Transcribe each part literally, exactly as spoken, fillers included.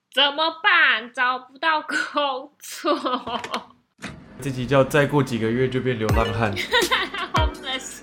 怎么办？找不到工作。 这集叫再过几个月就变流浪汉。 Homeless。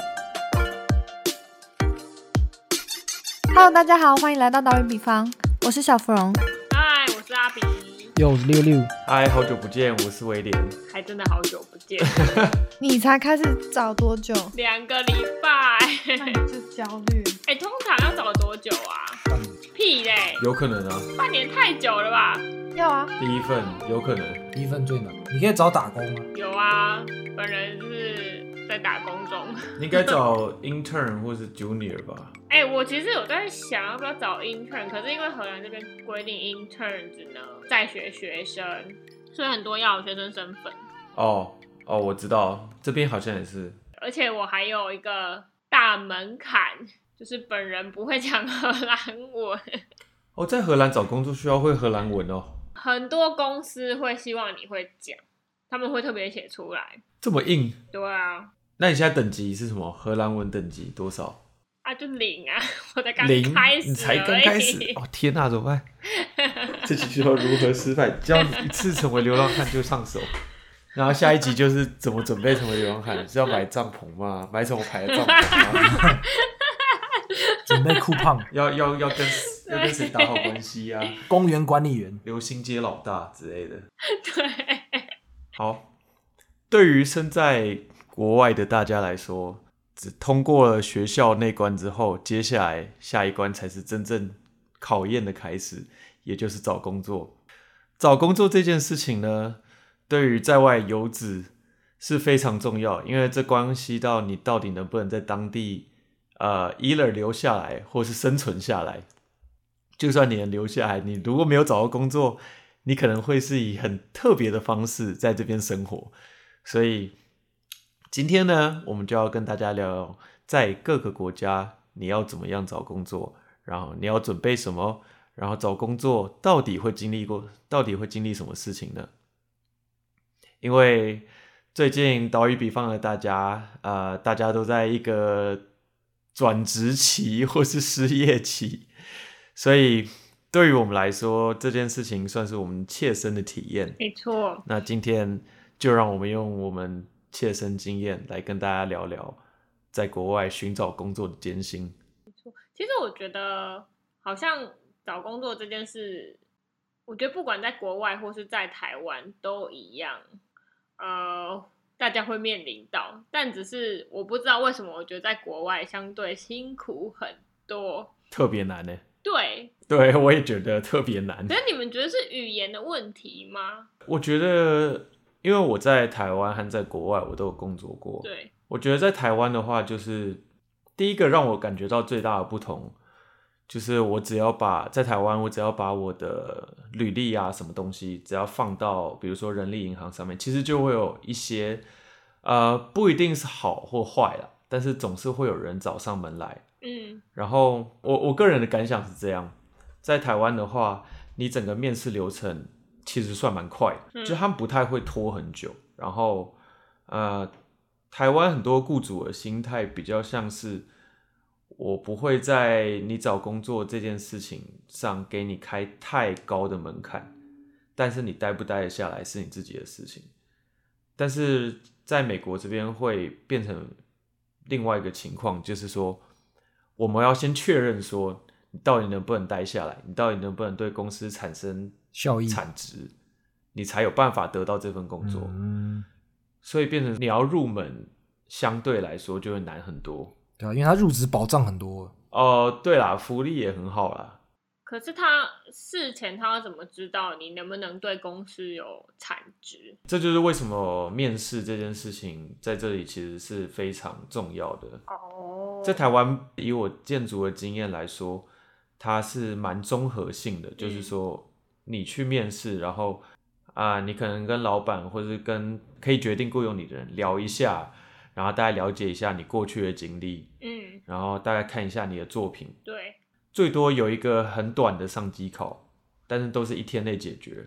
Hello， 大家好，欢迎来到岛屿比方，我是小芙蓉。 嗨，我是阿比。 哟，我是六六。 嗨，好久不见，我是威廉。 还真的好久不见。 你才开始找多久？ 两个礼拜。 那你就焦虑。 哎、欸，通常要找多久啊？屁嘞！ 有可能啊。 半年太久了吧？ 要啊。 第一份有可能。 第一份最难。你可以找打工吗？ 有啊，本人是在打工中。 你应该找 intern 或是 junior 吧？ 哎、欸，我其实有在想要不要找 intern， 可是因为荷兰这边规定 intern 只能在学学生，所以很多要有学生身份。 哦哦，我知道，这边好像也是。 而且我还有一个大门槛，就是本人不会讲荷兰文。 哦，在荷兰找工作需要会荷兰文哦。 很多公司会希望你会讲，他们会特别写出来。 这么硬？ 对啊。 那你现在等级是什么？荷兰文等级多少？ 啊，就零啊！我才刚零， 开始， 你才刚开始哦！天哪，怎么办？这集就要如何失败？教你一次成为流浪汉就上手，然后下一集就是怎么准备成为流浪汉？是要买帐篷吗？买什么牌的帐篷吗？ 准备酷胖， 要要要跟要跟谁打好关系啊？ 公园管理员、 流星街老大之类的。 对。 好，对于身在国外的大家来说，只通过了学校那关之后，接下来下一关才是真正考验的开始，也就是找工作。找工作这件事情呢，对于在外游子是非常重要，因为这关系到你到底能不能在当地呃 either 留下来，或是生存下来。就算你能留下来，你如果没有找到工作，你可能会是以很特别的方式在这边生活。所以今天呢，我们就要跟大家聊聊在各个国家你要怎么样找工作，然后你要准备什么，然后找工作到底会经历过到底会经历什么事情呢？因为最近岛屿比方的大家呃，大家都在一个转职期或是失业期，所以对于我们来说，这件事情算是我们切身的体验。 没错。 那今天就让我们用我们切身经验来跟大家聊聊在国外寻找工作的艰辛。 没错，其实我觉得好像找工作这件事，我觉得不管在国外或是在台湾都一样，呃，大家会面临到，但只是我不知道为什么，我觉得在国外相对辛苦很多， 特别难呢。 对， 对，我也觉得特别难。 可是你们觉得是语言的问题吗？ 我觉得，因为我在台湾和在国外我都有工作过。 对， 我觉得在台湾的话，就是第一个让我感觉到最大的不同，就是我只要把在台湾，我只要把我的履历啊什么东西，只要放到比如说人力银行上面，其实就会有一些呃不一定是好或坏啦，但是总是会有人找上门来。 嗯， 然后我我个人的感想是这样，在台湾的话，你整个面试流程其实算蛮快的，嗯、就他们不太会拖很久。然后呃，台湾很多雇主的心态比较像是，我不会在你找工作这件事情上给你开太高的门槛，但是你待不待得下来是你自己的事情。但是在美国这边会变成另外一个情况，就是说我们要先确认说你到底能不能待下来，你到底能不能对公司产生效益产值，你才有办法得到这份工作。 嗯， 所以变成你要入门相对来说就会难很多。 对啊，因为他入职保障很多。 哦、呃，对啦，福利也很好啦。 可是他事前他要怎么知道你能不能对公司有产值？ 这就是为什么面试这件事情在这里其实是非常重要的。 哦， 在台湾以我建筑的经验来说，它是蛮综合性的，嗯、就是说你去面试，然后啊、呃，你可能跟老板或是跟可以决定雇佣你的人聊一下，然后大概了解一下你过去的经历， 嗯， 然后大概看一下你的作品， 对。 最多有一个很短的上机考，但是都是一天内解决，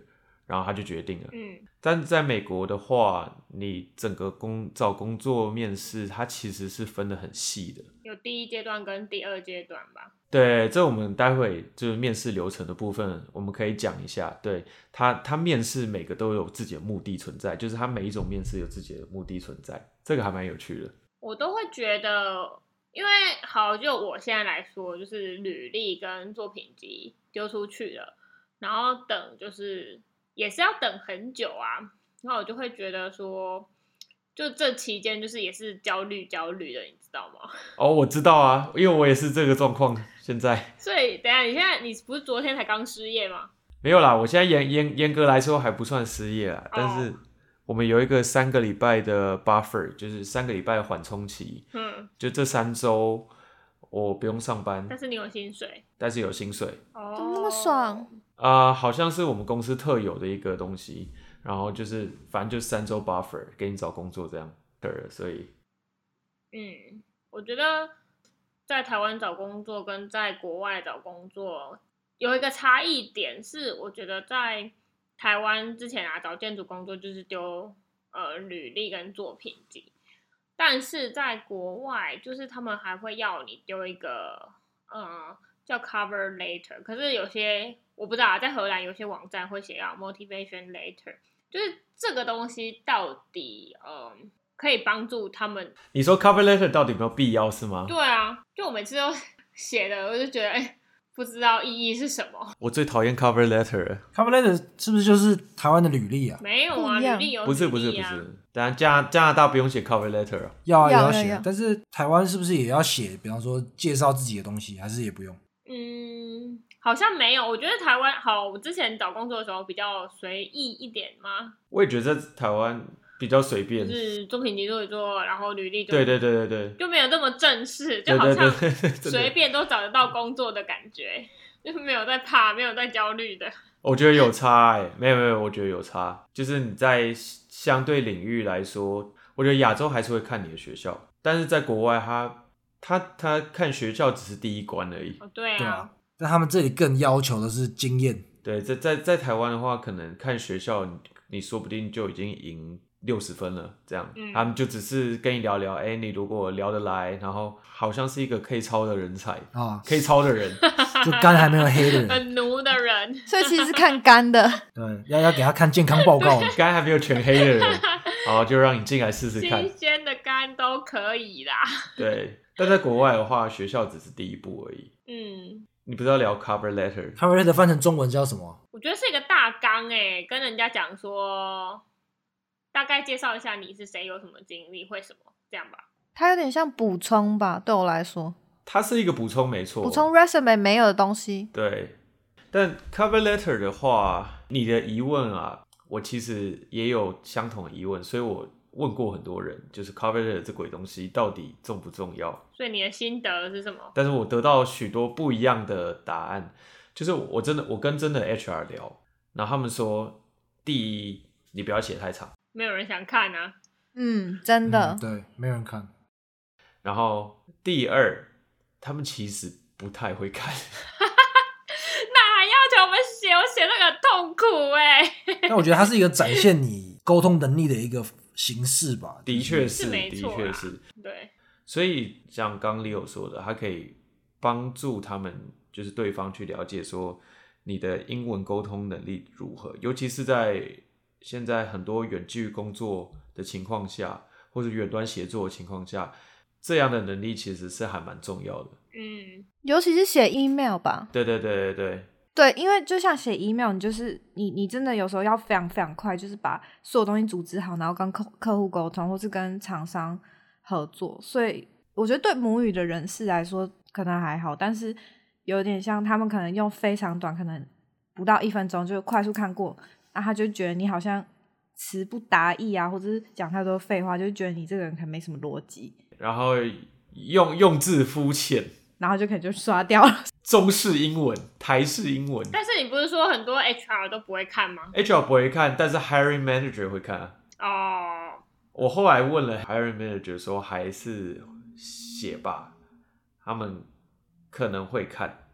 然后他就决定了。 嗯， 但是在美国的话，你整个工找工作面试，它其实是分得很细的。 有第一阶段跟第二阶段吧。 对，这我们待会就是面试流程的部分，我们可以讲一下。对他，他面试每个都有自己的目的存在，就是他每一种面试有自己的目的存在，这个还蛮有趣的。 我都会觉得，因为好，就我现在来说，就是履历跟作品集丢出去了，然后等就是也是要等很久啊，然后我就会觉得说，就这期间就是也是焦虑焦虑的，你知道吗？ 哦，我知道啊，因为我也是这个状况。现在， 所以等一下你现在你不是昨天才刚失业吗？ 没有啦，我现在严严严格来说还不算失业啦， 哦但是我们有一个三个礼拜的 buffer， 就是三个礼拜的缓冲期。 嗯， 就这三周我不用上班， 但是你有薪水但是有薪水。 哦， 怎么那么爽？ 啊、好像是我们公司特有的一个东西，然后就是反正就三周 buffer 给你找工作这样的，所以嗯，我觉得在台湾找工作跟在国外找工作有一个差异点是，我觉得在台湾之前啊找建筑工作就是丢呃履历跟作品集，但是在国外就是他们还会要你丢一个呃叫 cover letter， 可是有些我不知道啊，在荷兰有些网站会写要 motivation letter， 就是这个东西到底嗯。呃可以帮助他们。 你说 cover letter 到底有没有必要是吗？ 对啊，就我每次都写的，我就觉得哎、欸，不知道意义是什么。 我最讨厌 cover letter 了。 cover letter 是不是就是台湾的履历啊？ 没有啊， 不一样履历有、啊、 不是不是不是，当然加加拿大不用写 cover letter 啊。 要啊，也要要写要要。 但是台湾是不是也要写？比方说介绍自己的东西，还是也不用？ 嗯，好像没有。我觉得台湾好，我之前找工作的时候比较随意一点嘛。 我也觉得在台湾比较随便， 就是作品集做一做，然后履历对对对对对， 就没有这么正式，就对对好像对对对随便都找得到工作的感觉，就没有在怕，没有在焦虑的。 我觉得有差哎、欸，没有没有，我觉得有差，就是你在相对领域来说，我觉得亚洲还是会看你的学校，但是在国外他他他看学校只是第一关而已。 哦，对啊， 对啊，但他们这里更要求的是经验。 对，在在在台湾的话，可能看学校，你你说不定就已经赢六十分了，这样， 嗯他们就只是跟你聊聊，哎、欸，你如果聊得来，然后好像是一个可以抄的人才， 啊， 可以抄的人， 就肝还没有黑的人， 很奴的人。 所以其实是看干的。 对，要要给他看健康报告。 刚才还没有全黑的人，好，就让你进来试试看新。鲜的肝都可以啦。 对，但在国外的话，学校只是第一步而已。 嗯， 你不是要聊 cover letter？ cover letter 翻成中文叫什么？ 我觉得是一个大纲诶，跟人家讲说，大概介绍一下你是谁，有什么经历，会什么这样吧。 它有点像补充吧，对我来说， 它是一个补充，没错， 补充 resume 没有的东西。 对，但 cover letter 的话，你的疑问啊，我其实也有相同的疑问，所以我问过很多人，就是 cover letter 这鬼东西到底重不重要？ 所以你的心得是什么？ 但是我得到许多不一样的答案，就是我真的我跟真的 H R 聊，然后他们说，第一，你不要写太长， 没有人想看啊。 嗯，真的。 嗯对，没人看。 然后第二，他们其实不太会看。 那还要求我们写，我写那个很痛苦哎、欸。 但我觉得它是一个展现你沟通能力的一个形式吧。 的确是， 是没的错啦确是。 对， 所以像刚 Leo 说的，它可以帮助他们，就是对方去了解说你的英文沟通能力如何，尤其是在现在很多远距工作的情况下，或者远端协作的情况下，这样的能力其实是还蛮重要的。 嗯， 尤其是写 email 吧。 对对对对对， 对，因为就像写 email，你就是你你真的有时候要非常非常快，就是把所有东西组织好，然后跟客客户沟通，或是跟厂商合作。所以我觉得对母语的人士来说可能还好，但是有点像他们可能用非常短，可能不到一分钟就快速看过，那他就觉得你好像词不达意啊，或者是讲太多废话，就觉得你这个人可能没什么逻辑， 然后用用字肤浅， 然后就可能就刷掉了。 中式英文、台式英文但是你不是说很多 H R 都不会看吗？ ，H R 不会看，但是 hiring manager 会看啊。 哦， 我后来问了 hiring manager 说还是写吧，他们可能会看。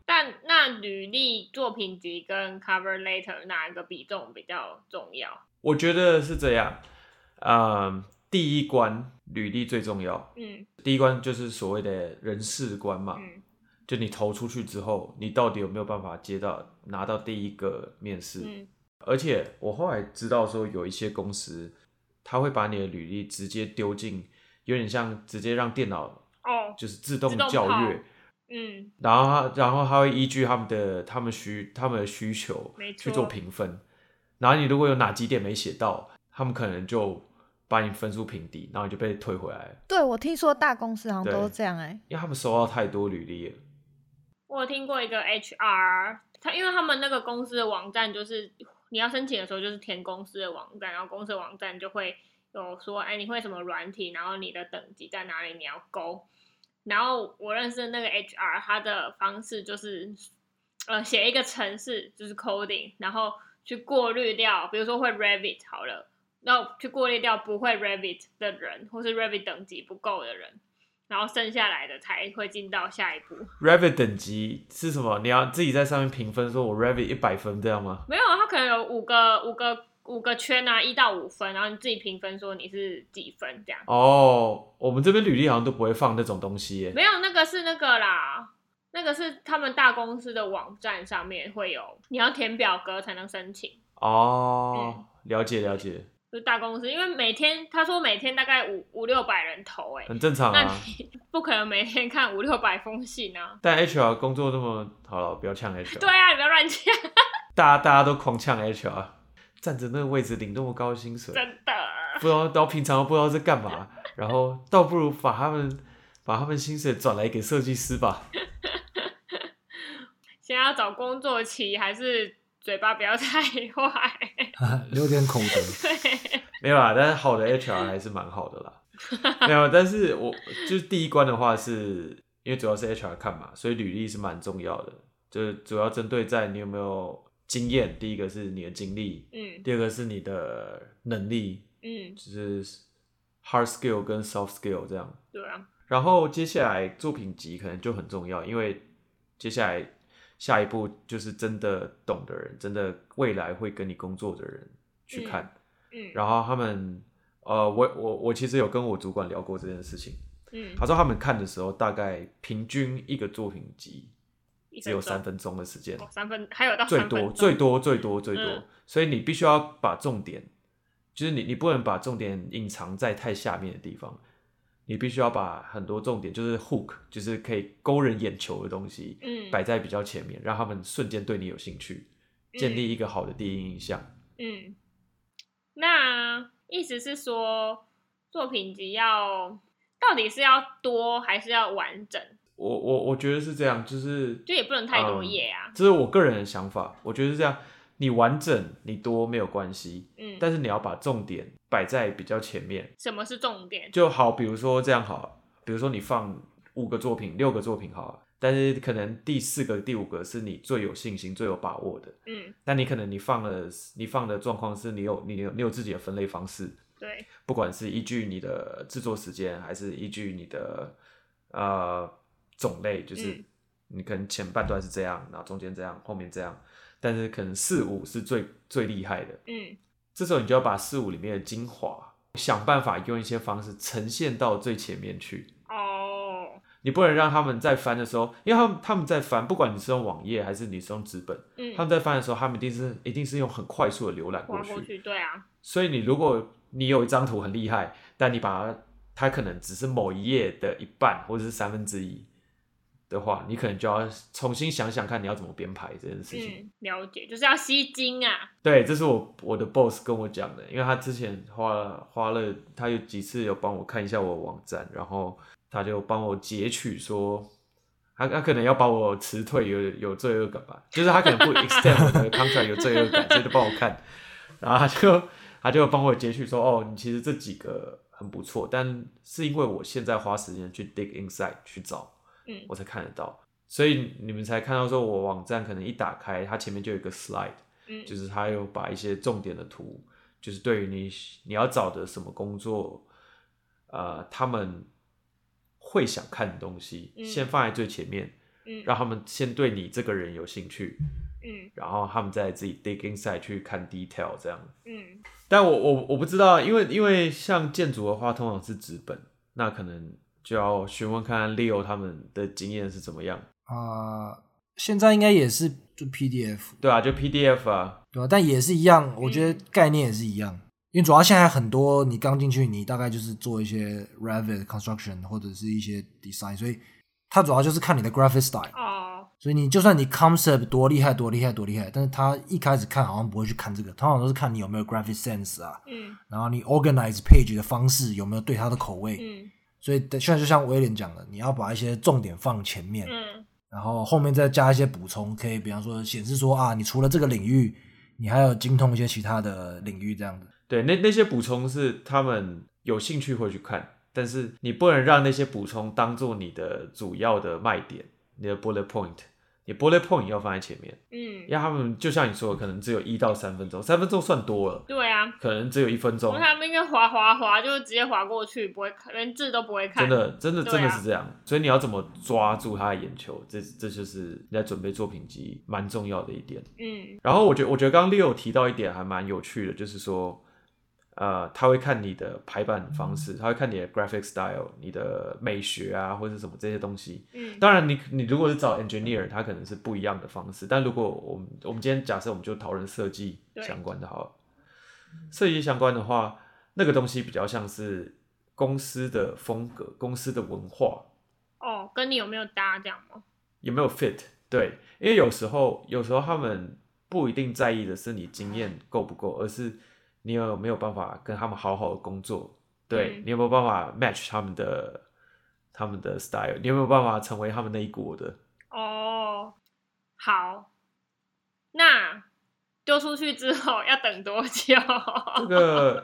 但那履历、作品集跟 cover letter 哪一个比重比较重要？ 我觉得是这样，嗯，第一关履历最重要， 嗯， 第一关就是所谓的人事关嘛， 嗯就你投出去之后，你到底有没有办法接到拿到第一个面试？ 嗯而且我后来知道说，有一些公司他会把你的履历直接丢进，有点像直接让电脑哦， 就是自动自动校跑阅， 嗯， 然后他然后他会依据他们的他们需他们的需求没错去做评分，然后你如果有哪几点没写到，他们可能就把你分数评低，然后你就被退回来了。 对，我听说大公司好像对都是这样哎、 因为他们收到太多履历了。 我有听过一个 H R， 他因为他们那个公司的网站就是你要申请的时候就是填公司的网站，然后公司的网站就会有说，哎，你会什么软体，然后你的等级在哪里，你要勾。然后我认识的那个 H R， 他的方式就是呃写一个程式，就是 coding， 然后去过滤掉，比如说会 Revit 好了，然后去过滤掉不会 Revit 的人，或是 Revit 等级不够的人。然后剩下来的才会进到下一步。 Revit 等级是什么？你要自己在上面评分，说我 Revit 一百分这样吗？ 没有，它可能有五个五个五个圈啊，一到五分，然后你自己评分说你是几分这样。 哦，我们这边履历好像都不会放那种东西耶。 没有，那个是那个啦，那个是他们大公司的网站上面会有，你要填表格才能申请。 哦， 嗯了解了解， 就大公司，因为每天他说每天大概五五六百人投、欸，哎， 很正常那啊。 你不可能每天看五六百封信啊。 但 H R 工作那么好了，不要呛 H R。 对啊，你不要乱讲， 大家大家都狂呛 H R， 站着那个位置领那么高的薪水， 真的。 不知道到平常都不知道在干嘛，然后倒不如把他们把他们薪水转来给设计师吧。 现在要找工作期，还是嘴巴不要太坏。 留点口德。 对， 没有啦，但是好的 H R 还是蛮好的啦。没有，但是我就是第一关的话是，因为主要是 H R 看嘛，所以履历是蛮重要的，就是主要针对在你有没有经验，第一个是你的经历， 嗯第二个是你的能力， 嗯， 就是 hard skill 跟 soft skill 这样。 对啊， 然后接下来作品集可能就很重要，因为接下来下一步就是真的懂的人，真的未来会跟你工作的人去看。 嗯然后他们，呃，我我我其实有跟我主管聊过这件事情， 嗯， 他说他们看的时候大概平均一个作品集一分钟只有三分钟的时间， 哦，三分还有到最多三分钟最多最多最多， 嗯所以你必须要把重点，就是你你不能把重点隐藏在太下面的地方，你必须要把很多重点就是 hook， 就是可以勾人眼球的东西， 嗯摆在比较前面，让他们瞬间对你有兴趣，建立一个好的第一印象。 嗯，那意思是说作品集要到底是要多还是要完整？ 我我我觉得是这样，就是就也不能太多页啊。 嗯，这是我个人的想法，我觉得是这样，你完整你多没有关系， 嗯， 但是你要把重点摆在比较前面。 什么是重点？ 就好，比如说这样好，比如说你放五个作品、六个作品好了，但是可能第四个、第五个是你最有信心、最有把握的， 嗯， 但你可能你放了你放的状况是你有你有你有自己的分类方式， 对， 不管是依据你的制作时间，还是依据你的呃种类，就是嗯你可能前半段是这样，然后中间这样，后面这样，但是可能四五是最最厉害的， 嗯这时候你就要把四五里面的精华，想办法用一些方式呈现到最前面去。 哦， 你不能让他们在翻的时候，因为他们他们在翻，不管你是用网页还是你是用纸本， 嗯， 他们在翻的时候，他们一定是一定是用很快速的浏览过去。 划过去，对啊， 所以你如果你有一张图很厉害，但你把它，它可能只是某一页的一半或者是三分之一的话，你可能就要重新想想看你要怎么编排这件事情。 嗯，了解，就是要吸睛啊。 对，这是我我的 boss 跟我讲的，因为他之前花了花了，他有几次有帮我看一下我的网站，然后他就帮我截取说，他他可能要把我辞退有有罪恶感吧，就是他可能不 extend 我的 contract 有罪恶感，所以就帮我看，然后他就他就帮我截取说，哦，你其实这几个很不错，但是因为我现在花时间去 dig inside 去找， 嗯我才看得到，所以你们才看到说我网站可能一打开，它前面就有一个 slide。 嗯， 就是他有把一些重点的图，就是对于你你要找的什么工作，呃，他们会想看的东西， 嗯先放在最前面， 嗯， 让他们先对你这个人有兴趣， 嗯， 然后他们再自己 dig inside 去看 detail 这样。 嗯， 但我我我不知道，因为因为像建筑的话，通常是纸本，那可能就要询问看看 Leo 他们的经验是怎么样啊、呃，现在应该也是就 P D F， 对啊，就 P D F 啊， 对啊，但也是一样，我觉得概念也是一样。因为主要现在很多你刚进去，你大概就是做一些 Revit construction 或者是一些 design， 所以它主要就是看你的 graphic style。 哦， 所以你就算你 concept 多厉害多厉害多厉害，但是他一开始看好像不会去看这个，通常都是看你有没有 graphic sense 啊， 嗯， 然后你 organize page 的方式有没有对他的口味， 嗯， 所以现在就像威廉讲的，你要把一些重点放前面， 嗯， 然后后面再加一些补充，可以比方说显示说啊，你除了这个领域，你还有精通一些其他的领域这样子。 对，那那些补充是他们有兴趣会去看，但是你不能让那些补充当做你的主要的卖点，你的 bullet point， 你 bullet point 要放在前面， 嗯， 因为他们就像你说的，可能只有一到三分钟，三分钟算多了， 对啊， 可能只有一分钟， 他们应该滑滑滑就直接滑过去，不会看，连字都不会看， 真的真的对啊真的是这样，所以你要怎么抓住他的眼球，这这就是你在准备作品集蛮重要的一点。 嗯， 然后我觉得我觉得刚刚 Leo 提到一点还蛮有趣的，就是说。呃，他会看你的排版方式，他会看你的 graphic style， 你的美学啊，或者什么这些东西。 嗯， 当然你，你如果是找 engineer， 他可能是不一样的方式。但如果我们我们今天假设我们就讨论设计相关的好了，设计相关的话，那个东西比较像是公司的风格、公司的文化。 哦，跟你有没有搭这样吗？ 有没有 fit？ 对，因为有时候有时候他们不一定在意的是你经验够不够，而是你有没有办法跟他们好好的工作？对、嗯、你有没有办法 match 他们的他们的 style？ 你有没有办法成为他们那一国的？ 哦，好，那丢出去之后要等多久？ 这个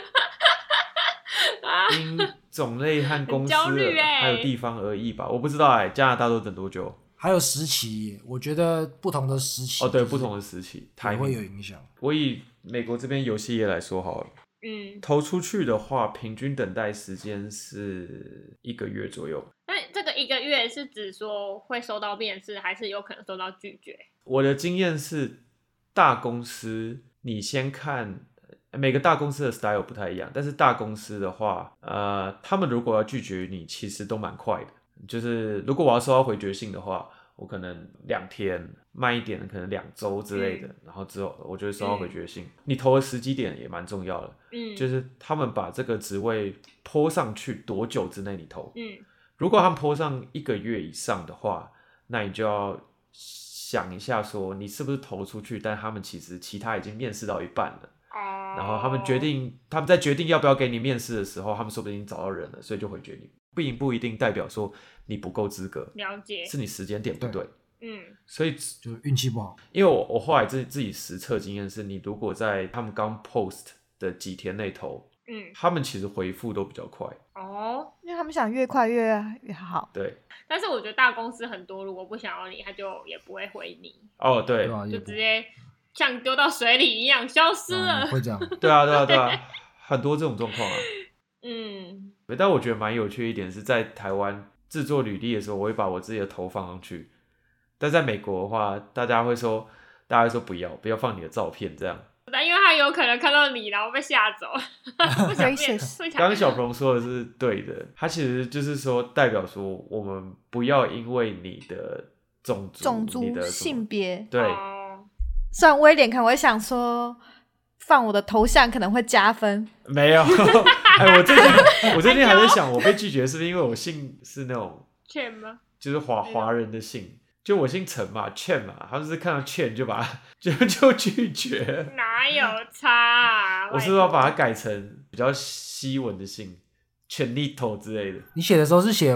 因种类和公司、 欸、 还有地方而异吧，我不知道哎、欸，加拿大都等多久？ 还有时期，我觉得不同的时期哦，对，不同的时期也会有影响。 我以美国这边游戏业来说好了， 嗯， 投出去的话，平均等待时间是一个月左右。 那这个一个月是指说会收到面试，还是有可能收到拒绝？ 我的经验是，大公司你先看每个大公司的 style 不太一样，但是大公司的话，呃，他们如果要拒绝你，其实都蛮快的。就是如果我要收到回绝信的话，我可能两天，慢一点的可能两周之类的、嗯，然后之后我就会收到回绝信。嗯、你投的时机点也蛮重要的，嗯，就是他们把这个职位 po 上去多久之内你投，嗯，如果他们 po 上一个月以上的话，那你就要想一下说你是不是投出去，但他们其实其他已经面试到一半了。 哦， 然后他们决定，他们在决定要不要给你面试的时候，他们说不定已经找到人了，所以就回绝你，并不一定代表说你不够资格， 了解， 是你时间点不对， 嗯， 所以就运气不好。 因为我我后来自己自己实测经验是，你如果在他们刚 post 的几天内投，嗯，他们其实回复都比较快哦， 因为他们想越快越越好。 对， 但是我觉得大公司很多，如果不想要你，他就也不会回你。 哦，对， 对啊、 就直接像丢到水里一样消失了。 嗯、会这样？ 对啊，对啊，对啊，很多这种状况啊。 嗯， 但我觉得蛮有趣的一点是在台湾制作履历的时候，我会把我自己的头放上去。但在美国的话，大家会说，大家会说不要，不要放你的照片这样。 但因为他有可能看到你，然后被吓走。不想面， 刚刚小鹏说的是对的，他其实就是说代表说，我们不要因为你的种族、 种族、 你的性别， 对。 哦、 虽然威廉看，我会想说，放我的头像可能会加分。 没有，哎，我最近我最近还在想，我被拒绝是不是因为我姓是那种 Chen吗？ 就是华华人的姓。就我姓陈嘛 ，Chen 嘛，他们是看到 Chen 就把他就就拒绝。 哪有差啊？ 我是不是要把它改成比较西文的姓 ，Chenito 之类的？ 你写的时候是写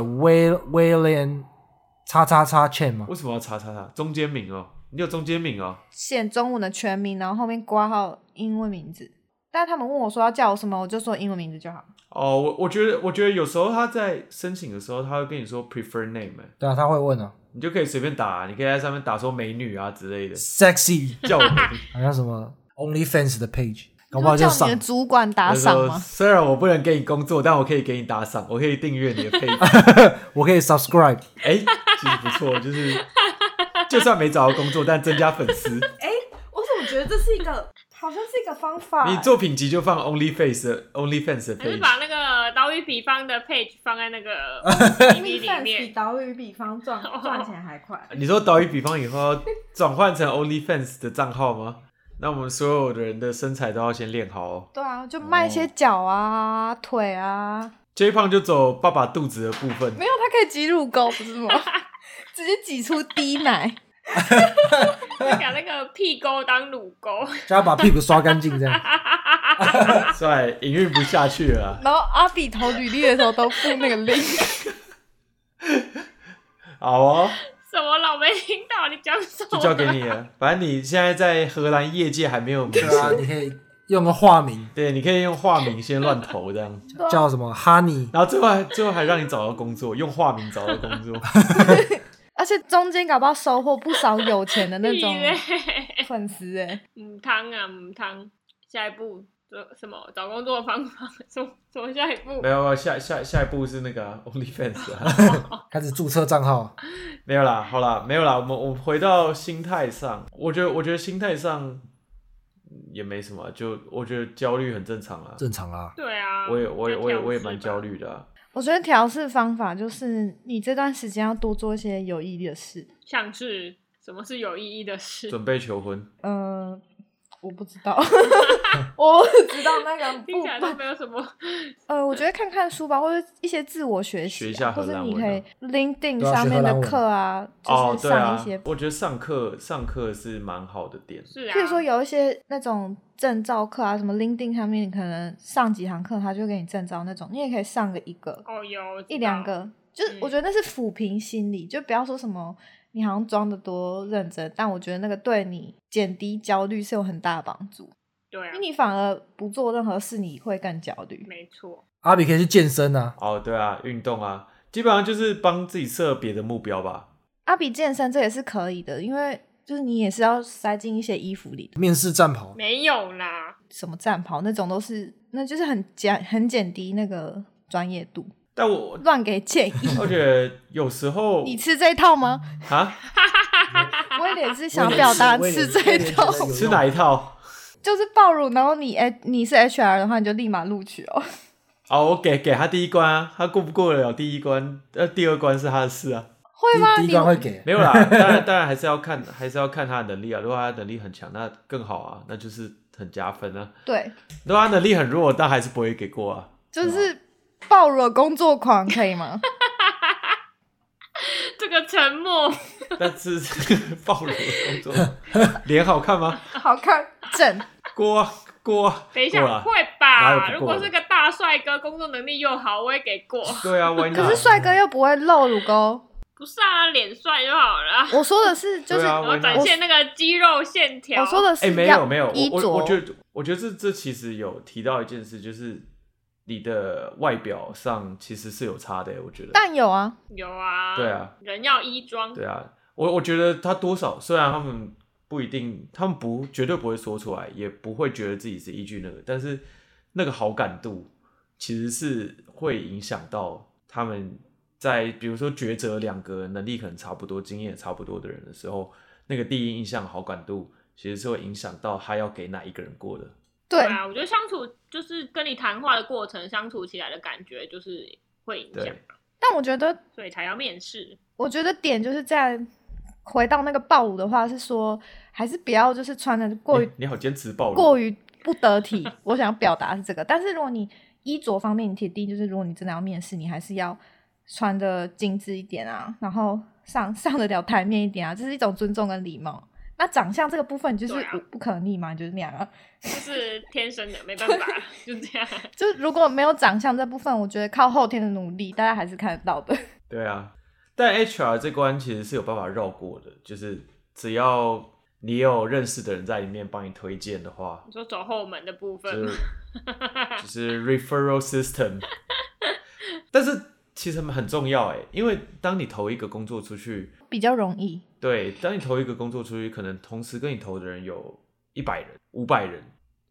William 叉叉叉 Chen 吗？ 为什么要叉叉叉？中间名哦，你有中间名哦。 写中文的全名，然后后面括号英文名字。但他们问我说要叫我什么，我就说英文名字就好。 哦，我我觉得我觉得有时候他在申请的时候，他会跟你说 prefer name， 对啊，他会问啊。 你就可以随便打，你可以在上面打说美女啊之类的 ，sexy 叫我美女， 好像什么 OnlyFans 的 page。 搞不好就上叫你的。主管打就是说赏吗？ 虽然我不能给你工作，但我可以给你打赏，我可以订阅你的配置。 我可以 subscribe。 哎、其实不错，就是就算没找到工作，但增加粉丝。 我怎么觉得这是一个，好像是一个方法欸。 你作品集就放 OnlyFans 的 OnlyFans 的还是 page， 把那个岛屿比方的 page 放在那个 P P 里 OnlyFans 比面。 岛屿比方赚赚钱还快。 你说岛屿比方以后要转换成 OnlyFans 的账号吗？那我们所有的人的身材都要先练好哦。 对啊，就卖一些脚啊、腿啊， J 胖就走爸爸肚子的部分， 没有它可以挤乳沟，不是吗？直接挤出低奶。 就把那个屁沟当乳沟。 就要把屁股刷干净这样。 帅，营运不下去了啊。 然后阿比投履历的时候都附那个 link。 好哦， 什么老没听到你讲什么？ 就交给你了。反正你现在在荷兰业界还没有名对啊， 声， 你可以用个化名对，你可以用化名先乱投这样， 叫什么 Honey。 然后最后还最后还让你找到工作，用化名找到工作。 而且中间搞不好收获不少有钱的那种屁嘞粉丝哎。 母汤啊母汤，下一步这什么找工作的方法？什么什么下一步没？有，没有下下下一步是那个啊 OnlyFans 啊。 开始注册账号。 没有啦，好啦，没有啦。我们我们回到心态上，我觉得我觉得心态上也没什么，就我觉得焦虑很正常啊。 正常啊。 对啊， 我也我也我也我也蛮虑。 焦虑的啊。 我觉得调试方法就是你这段时间要多做一些有意义的事。 像是什么是有意义的事？ 准备求婚， 呃，我不知道，我只知道那个听起来都部分。 没有什么。 呃，我觉得看看书吧，或者一些自我学习、啊， 学一下或荷兰文啊是你可以 LinkedIn 对啊上面的学荷兰文课啊， 哦， 就是对啊上一些， 我觉得上课上课是蛮好的点。 是啊， 譬如说有一些那种证照课啊，什么 LinkedIn 上面，你可能上几堂课，他就给你证照那种，你也可以上个一个、 哦有我知道一两个，就是嗯我觉得那是抚平心理，就不要说什么你好像装的多认真，但我觉得那个对你减低焦虑是有很大的帮助， 对啊因为，你反而不做任何事，你会更焦虑。 没错。 阿比可以去健身啊。 哦，对啊，运动啊，基本上就是帮自己设别的目标吧。 阿比健身这也是可以的，因为就是你也是要塞进一些衣服里的， 面试战袍。 没有啦， 什么战袍那种都是，那就是很减很减低那个专业度， 但我乱给建议。 我觉得有时候你吃这一套吗？ 啊， 威廉是想要表达威廉吃这一套， 威廉吃哪一套？ 就是爆乳，然后你哎你是 H R 的话，你就立马录取哦。 哦，我给给他第一关啊，他过不过得了第一关，呃，第二关是他的事啊。 会吗？ 第一你关会给。 没有啦，当然当然还是要看，还是要看他的能力啊。如果他的能力很强，那更好啊，那就是很加分啊。 对， 如果他能力很弱，但还是不会给过啊。 就是爆乳的工作狂，可以吗？ 这个沉默。 但是暴露的工作，脸好看吗？ 好看，正。 过啊过啊， 等一下， 过啦会哪有不过吧？ 的如果是个大帅哥，工作能力又好，我也给过。 对啊，why not？ 可是帅哥又不会露乳沟。 不是啊，脸帅就好了。 我说的是，就是、 对啊然后 why not？ 展现那个肌肉线条。 我说的哎、 是， 没有没有， 衣着。 我我我觉得我觉得这这其实有提到一件事，就是你的外表上其实是有差的，我觉得。 但有啊， 有啊， 对啊， 人要衣装。 对啊，我我觉得他多少，虽然他们不一定，他们不绝对不会说出来，也不会觉得自己是依据那个，但是那个好感度其实是会影响到他们在比如说抉择两个能力可能差不多、经验也差不多的人的时候，那个第一印象好感度其实是会影响到他要给哪一个人过的。 对对啊，我觉得相处就是跟你谈话的过程，相处起来的感觉就是会影响对， 但我觉得， 所以才要面试。 我觉得点就是在回到那个暴露的话，是说还是不要就是穿的过于你你好坚持暴露， 过于不得体。我想要表达的是这个，但是如果你衣着方面，你铁定就是如果你真的要面试，你还是要穿的精致一点啊，然后上上得了台面一点啊，这是一种尊重跟礼貌。那长相这个部分就是对啊不不可逆嘛，就是那样啊。 就是天生的，没办法，就这样。 就如果没有长相这部分，我觉得靠后天的努力，大家还是看得到的。 对啊，但 H R 这关其实是有办法绕过的，就是只要你有认识的人在里面帮你推荐的话， 你说走后门的部分吗， 就是就是 referral system。但是其实很重要哎，因为当你投一个工作出去， 比较容易。 对，当你投一个工作出去，可能同时跟你投的人有一百人、五百人，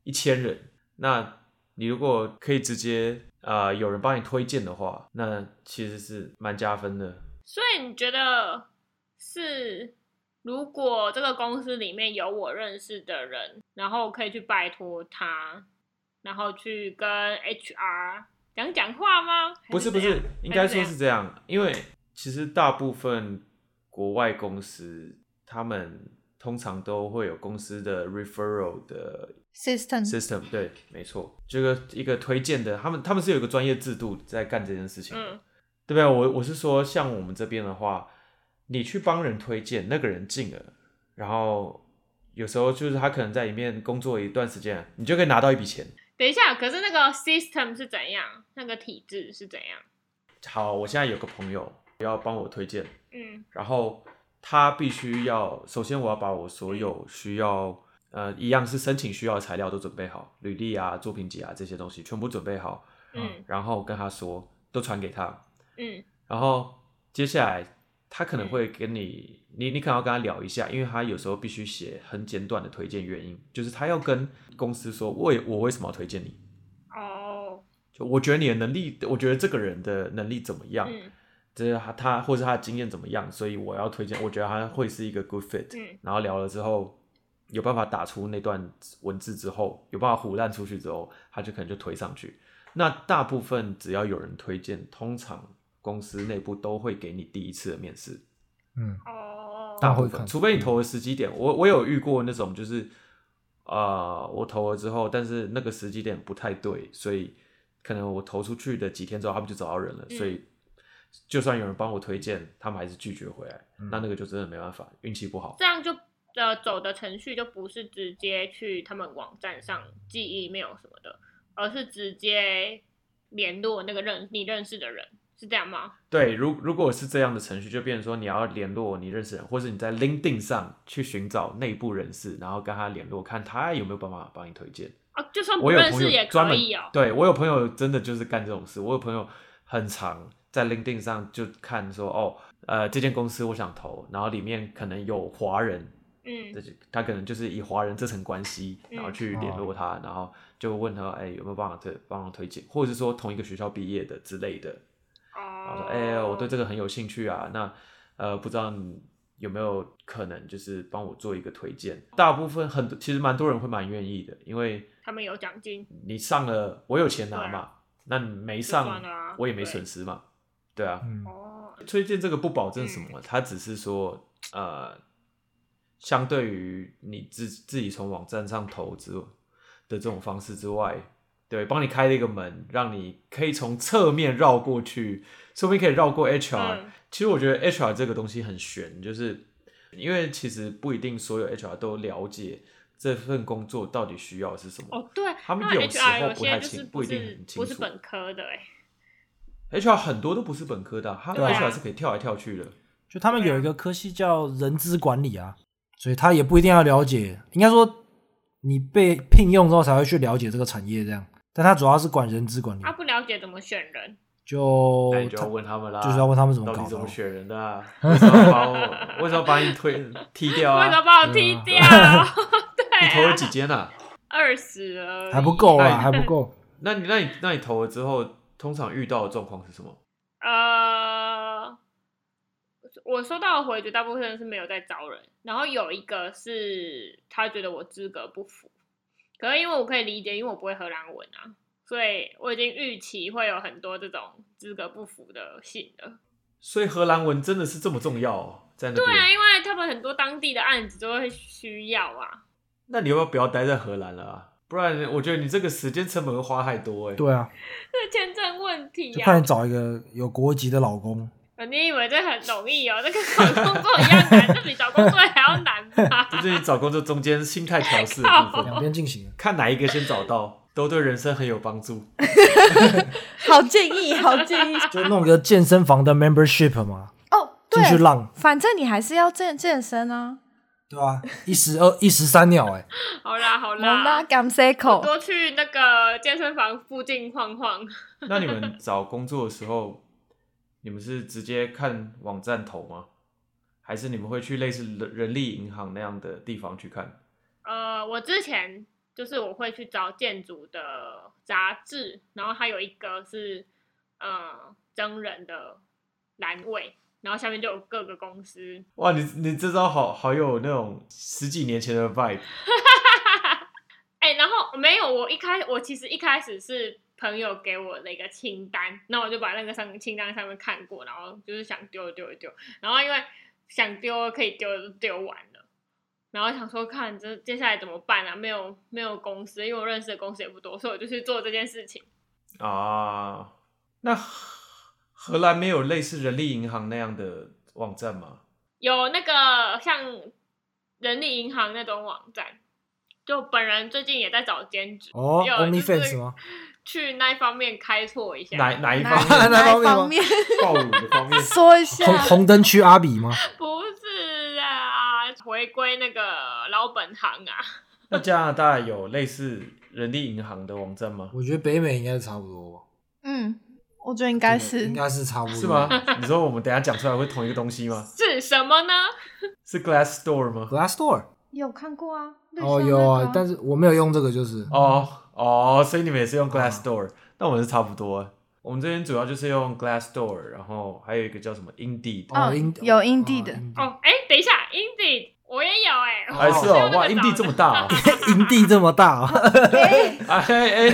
一千人，那你如果可以直接呃有人帮你推荐的话，那其实是蛮加分的。 所以你觉得是，如果这个公司里面有我认识的人，然后可以去拜托他，然后去跟 H R 讲讲话吗？ 不是不是，应该说是这样，因为其实大部分国外公司他们通常都会有公司的 referral 的 system system， 对，没错，这个一个推荐的，他们他们是有一个专业制度在干这件事情的，嗯，对不对？我我是说，像我们这边的话，你去帮人推荐，那个人进了，然后有时候就是他可能在里面工作一段时间，你就可以拿到一笔钱。 等一下，可是那个 system 是怎样？那个体制是怎样？ 好，我现在有个朋友要帮我推荐， 嗯， 然后他必须要，首先我要把我所有需要，呃，一样是申请需要的材料都准备好，履历啊、作品集啊这些东西全部准备好，嗯，然后跟他说，都传给他，嗯，然后接下来他可能会跟你，嗯、你你可能要跟他聊一下，因为他有时候必须写很简短的推荐原因，就是他要跟公司说，我我为什么要推荐你？哦，就我觉得你的能力，我觉得这个人的能力怎么样？嗯，就是他他或是他的经验怎么样，所以我要推荐，我觉得他会是一个 good fit。嗯，然后聊了之后，有办法打出那段文字之后，有办法唬烂出去之后，他就可能就推上去。那大部分只要有人推荐，通常公司内部都会给你第一次的面试。嗯，哦，大部分，除非你投的时机点，我我有遇过那种就是，呃，我投了之后，但是那个时机点不太对，所以可能我投出去的几天之后，他们就找到人了，嗯、所以就算有人帮我推荐，他们还是拒绝回来，嗯、那那个就真的没办法，运气不好。 这样就呃走的程序就不是直接去他们网站上寄 email 什么的，而是直接联络那个认你认识的人。是这样吗？ 对，如如果是这样的程序，就变成说你要联络你认识的人，或是你在 LinkedIn 上去寻找内部人士，然后跟他联络，看他有没有办法帮你推荐。 哦，就算不认识也可以哦。 对，我有朋友真的就是干这种事，我有朋友很常在 LinkedIn 上就看说，哦，呃，这间公司我想投，然后里面可能有华人，嗯，他可能就是以华人这层关系，然后去联络他，嗯、然后就问他，哎、欸，有没有办法推帮忙推荐，或者是说同一个学校毕业的之类的。然后说，哎、欸，我对这个很有兴趣啊，那呃，不知道你有没有可能就是帮我做一个推荐？大部分很多，其实蛮多人会蛮愿意的，因为他们有奖金， 你上了我有钱拿嘛，啊、那你没上、啊、我也没损失嘛，对, 对啊。哦、嗯，推荐这个不保证什么，它、嗯、只是说呃，相对于你自自己从网站上投资的这种方式之外。对，帮你开了一个门，让你可以从侧面绕过去，说不定可以绕过 H R、嗯。其实我觉得 H R 这个东西很玄，就是因为其实不一定所有 H R 都了解这份工作到底需要的是什么。 哦，对， 他们有时候不太清， 不一定很清楚。 不是本科的哎 ，H R 很多都不是本科的、啊，他们 H R 是可以跳来跳去的。啊、 就他们有一个科系叫人资管理啊，所以他也不一定要了解，应该说你被聘用之后才会去了解这个产业这样。但他主要是管人资管理， 他不了解怎么选人， 就那你就要问他们啦， 就是要问他们怎么搞的， 到底怎么选人的、啊？为什么把我为什么把你推踢掉啊？ 为什么把我踢掉？对、啊， 你投了几间啊？ 二十而已， 还不够啊，还不够。 那你那你那你投了之后，通常遇到的状况是什么？ 呃，我收到的回绝大部分是没有在招人，然后有一个是他觉得我资格不符。可是因为我可以理解，因为我不会荷兰文啊，所以我已经预期会有很多这种资格不符的信了。 所以荷兰文真的是这么重要哦，在那边。 对啊，因为他们很多当地的案子都会需要啊。 那你要不要不要待在荷兰了啊？不然我觉得你这个时间成本会花太多哎、欸。 对啊， 这签证问题、啊， 就怕你找一个有国籍的老公。 你以为这很容易哦？这跟找工作一样难，这比找工作还要难吧？ 就是你找工作中间心态调试的部分， 两边进行， 看哪一个先找到，都对人生很有帮助。 好建议，好建议， 就弄个健身房的 membership 嘛。 哦，对， 进去浪， 反正你还是要健健身啊。 对啊，一石二一石三鸟哎、欸。 好啦好啦， 好啦，感谢口， 多去那个健身房附近晃晃。 那你们找工作的时候？你们是直接看网站投吗？还是你们会去类似人力银行那样的地方去看？ 呃，我之前就是我会去找建筑的杂志，然后它有一个是呃真人的栏位，然后下面就有各个公司。 哇，你你这招好好有那种十几年前的 vibe。 哎、欸，然后没有，我一开我其实一开始是朋友给我的一个清单，那我就把那个上清单上面看过，然后就是想丢丢一丢，然后因为想丢可以丢的都丢完了，然后想说看这接下来怎么办啊？没有没有公司，因为我认识的公司也不多，所以我就去做这件事情啊。那荷兰没有类似人力银行那样的网站吗？ 有那个像人力银行那种网站。就本人最近也在找兼职哦 ，OnlyFans 吗？ 去那一方面开拓一下。 哪哪一方面？ 哪一方面？ 暴乳的方面。 说一下。 红红灯区阿比吗？ 不是啊，回归那个老本行啊。 那加拿大有类似人力银行的网站吗？ 我觉得北美应该是差不多吧。 嗯，我觉得应该是， 应该是差不多。 是吗？你说我们等一下讲出来会同一个东西吗？ 是什么呢？ 是 Glassdoor 吗 ？Glassdoor 有看过啊。 哦，有啊，但是我没有用这个，就是哦哦，所以你们也是用 Glassdoor，、啊、那我们是差不多。我们这边主要就是用 Glassdoor， 然后还有一个叫什么 Indeed， 哦，有 Indeed 的。 哦，哎、欸，等一下 ，Indeed 我也有哎、欸， 还是哦，哇 ，Indeed 这么大哦 ，Indeed 这么大哦， 哎哎，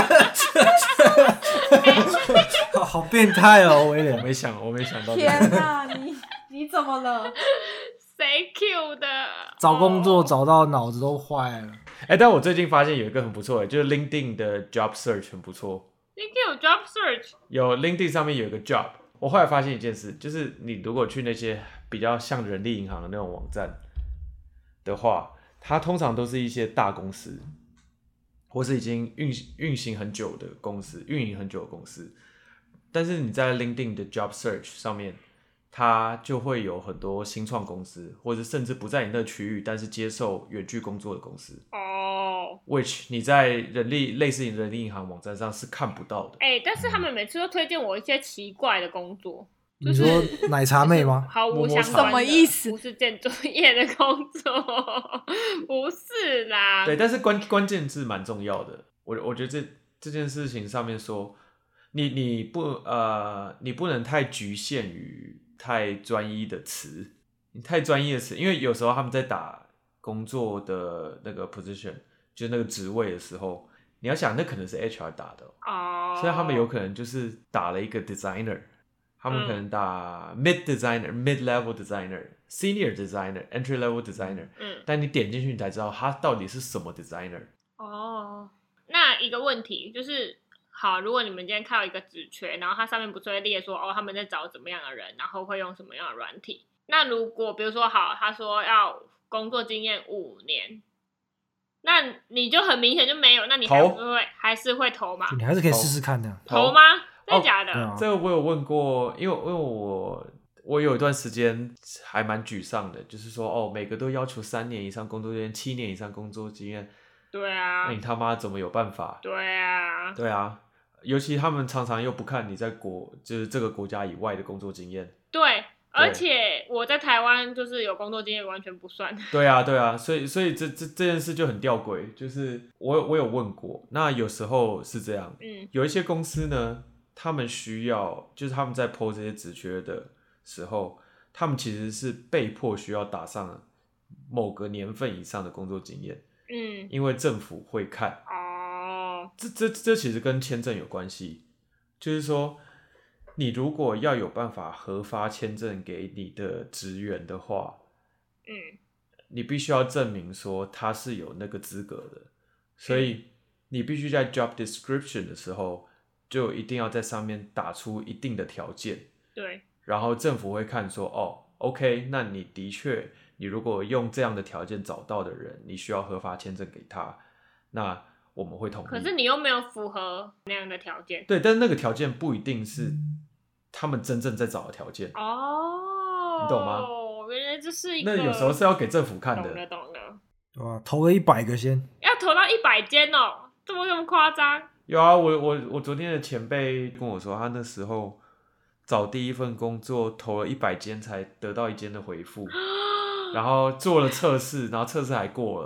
好好变态哦，威廉， 我没想，我没想到、這個。 天哪，你你怎么了？ 谁 Q 的？ 找工作找到脑子都坏了。 哎、欸，但我最近发现有一个很不错的，就是 LinkedIn 的 Job Search 很不错。 LinkedIn 有 Job Search？ 有 LinkedIn 上面有一个 Job。我后来发现一件事，就是你如果去那些比较像人力银行的那种网站的话，它通常都是一些大公司，或是已经运运行很久的公司，运营很久的公司。但是你在 LinkedIn 的 Job Search 上面，它就会有很多新创公司，或者甚至不在你那区域，但是接受远距工作的公司。 哦、 oh. ，which 你在人力类似人力银行网站上是看不到的。 哎、欸，但是他们每次都推荐我一些奇怪的工作。 你说奶茶妹吗？ 毫无相关的， 什么意思？ 不是建筑业的工作，不是啦。 对，但是关关键字蛮重要的。我我觉得这这件事情上面说，你你不呃，你不能太局限于太专一的词，你太专一的词，因为有时候他们在打工作的那个 position， 就是那个职位的时候，你要想那可能是 H R 打的哦， oh. 所以他们有可能就是打了一个 designer。他们可能打 mid designer、mid level designer、senior designer、entry level designer，嗯，但你点进去你才知道他到底是什么 designer。 哦，那一个问题就是，好，如果你们今天看到一个职缺，然后它上面不是会列说，哦，他们在找怎么样的人，然后会用什么样的软体？那如果比如说，好，他说要工作经验五年，那你就很明显就没有，那你还会还是会投吗？ 你还是可以试试看的。 投吗？真的假的？ 哦，这个我有问过，因为因为我我有一段时间还蛮沮丧的，就是说哦，每个都要求三年以上工作经验、七年以上工作经验。 对啊， 那你他妈怎么有办法？ 对啊， 对啊，尤其他们常常又不看你在国就是这个国家以外的工作经验。 对，而且我在台湾就是有工作经验完全不算。 对啊，对啊，所以所以这这这件事就很吊诡，就是我我有问过，那有时候是这样，嗯，有一些公司呢。他们需要，就是他们在 po 这些职缺的时候，他们其实是被迫需要打上某个年份以上的工作经验，嗯，因为政府会看。哦，这这这其实跟签证有关系，就是说，你如果要有办法核发签证给你的职员的话，嗯，你必须要证明说他是有那个资格的，所以你必须在 job description 的时候。就一定要在上面打出一定的条件， 对， 然后政府会看说，哦 ，OK， 那你的确，你如果用这样的条件找到的人，你需要核发签证给他，那我们会同意。 可是你又没有符合那样的条件， 对，但是那个条件不一定是他们真正在找的条件。哦，你懂吗？ 原来这是一个， 那有时候是要给政府看的。 懂了，懂了。 对吧？投了一百个先， 要投到一百间哦，这么这么夸张？ 有啊，我我我昨天的前辈跟我说，他那时候找第一份工作投了一百间才得到一间的回复，然后做了测试，然后测试还过了，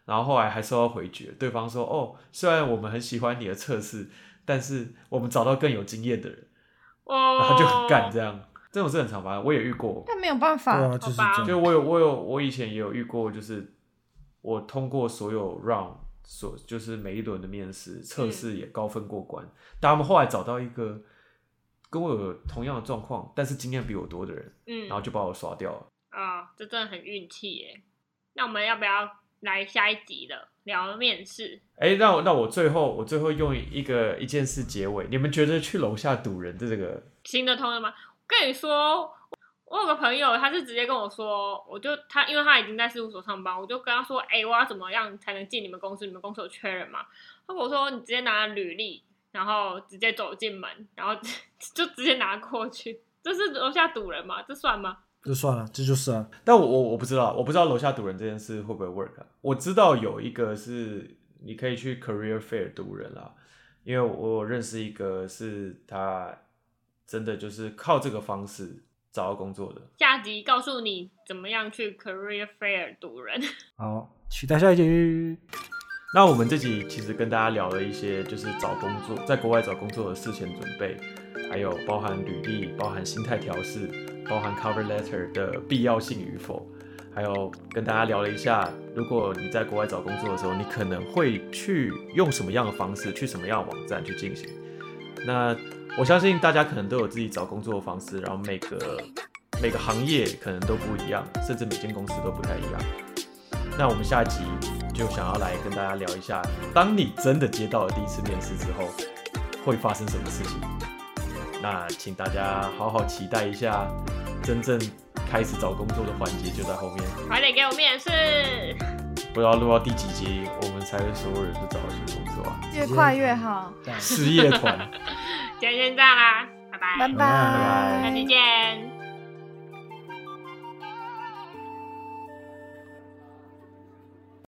然后后来还收到回绝，对方说哦，虽然我们很喜欢你的测试，但是我们找到更有经验的人， 哦， 然后就很干这样，这种事很常发生，我也遇过。 但没有办法， 对啊，就是这样。 就我有我有我以前也有遇过，就是我通过所有 round， 所就是每一轮的面试测试也高分过关，嗯、但他们后来找到一个跟我有同样的状况，但是经验比我多的人，嗯，然后就把我刷掉了。 啊、哦，这真的很运气耶。那我们要不要来下一集了，聊面试？ 哎、欸，那我那我最后我最后用一个一件事结尾，你们觉得去楼下堵人的这个行得通的吗？我跟你说，我有个朋友，他是直接跟我说，我就他因为他已经在事务所上班，我就跟他说，哎、欸，我要怎么样才能进你们公司？你们公司有缺人吗？他跟我说，你直接拿履历，然后直接走进门，然后就直接拿过去。这是楼下堵人吗？这算吗？ 这算了，这就是啊。 但我我我不知道，我不知道楼下堵人这件事会不会 work 啊？我知道有一个是你可以去 career fair 堵人啦，因为我认识一个是他真的就是靠这个方式找到工作的。 下集告诉你怎么样去 career fair 堵人。 好，期待下一集。 那我们这集其实跟大家聊了一些，就是找工作，在国外找工作的事前准备，还有包含履历、包含心态调试、包含 cover letter 的必要性与否，还有跟大家聊了一下，如果你在国外找工作的时候，你可能会去用什么样的方式，去什么样的网站去进行。那我相信大家可能都有自己找工作的方式，然后每个每个行业可能都不一样，甚至每间公司都不太一样。那我们下一集就想要来跟大家聊一下，当你真的接到了第一次面试之后，会发生什么事情？那请大家好好期待一下，真正开始找工作的环节就在后面。 快点给我面试！ 不知道录到第几集，我们才会所有人都找到新工作啊？ 越快越好。 事业团， 今天先这样啦，拜拜， 拜拜， 下期见。